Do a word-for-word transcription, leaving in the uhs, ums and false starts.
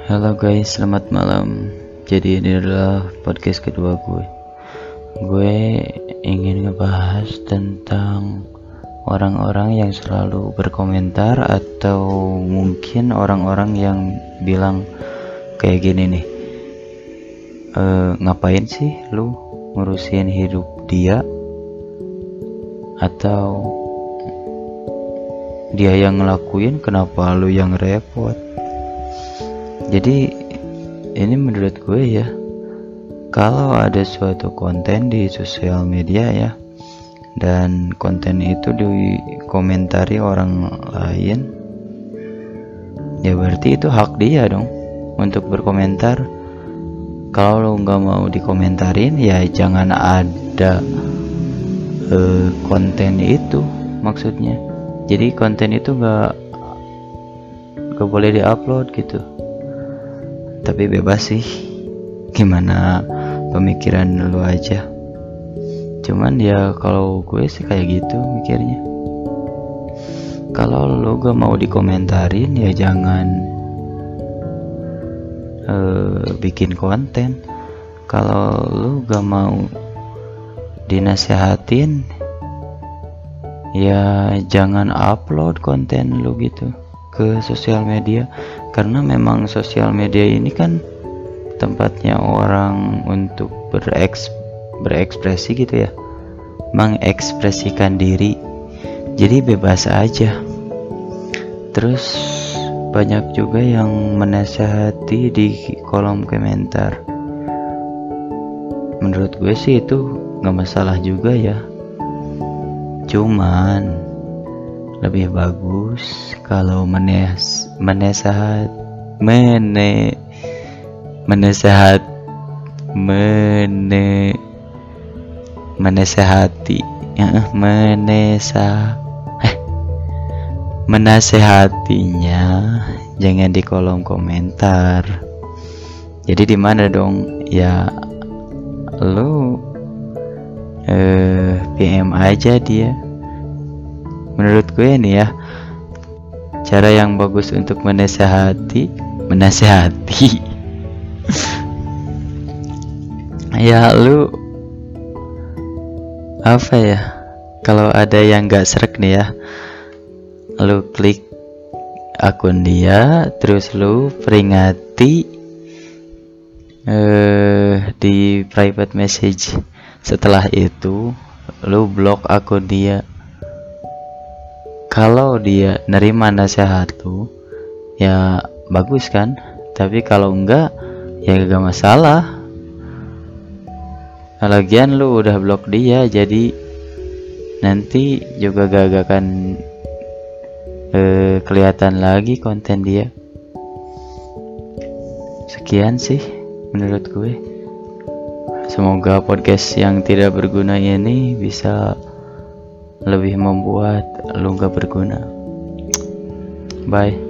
Halo guys, selamat malam. Jadi ini adalah podcast kedua gue. Gue ingin ngebahas tentang orang-orang yang selalu berkomentar atau mungkin orang-orang yang bilang kayak gini nih. E, ngapain sih lu ngurusin hidup dia? Atau dia yang ngelakuin, kenapa lu yang repot? Jadi ini menurut gue ya, kalau ada suatu konten di sosial media ya, dan konten itu dikomentari orang lain, ya berarti itu hak dia dong untuk berkomentar. Kalau lo nggak mau dikomentarin, ya jangan ada eh, konten itu maksudnya. Jadi konten itu nggak nggak boleh diupload gitu. Tapi bebas sih, gimana pemikiran lu aja. Cuman ya kalau gue sih kayak gitu mikirnya. Kalau lu gak mau dikomentarin, ya jangan uh, bikin konten. Kalau lu gak mau dinasehatin, ya jangan upload konten lu gitu ke sosial media. Karena memang sosial media ini kan tempatnya orang untuk bereks, berekspresi gitu ya, mengekspresikan diri. Jadi bebas aja. Terus banyak juga yang menasehati di kolom komentar. Menurut gue sih itu gak masalah juga ya. Cuman lebih bagus kalau menes menesahat mene menesahat mene menasehati ya, menesa eh menasehatinya jangan di kolom komentar. Jadi di mana dong ya, lu eh P M aja dia. Menurut gue nih ya, cara yang bagus untuk menasehati menasehati ya lu apa ya, kalau ada yang gak srek nih ya, lu klik akun dia, terus lu peringati eh, di private message. Setelah itu lu blok akun dia. Kalau dia nerima nasihat lu, ya bagus kan. Tapi kalau enggak, ya gak masalah. Lagian lu udah blok dia, jadi nanti juga gak akan eh, kelihatan lagi konten dia. Sekian sih menurut gue. Semoga podcast yang tidak berguna ini bisa lebih membuat lu gak berguna. Bye.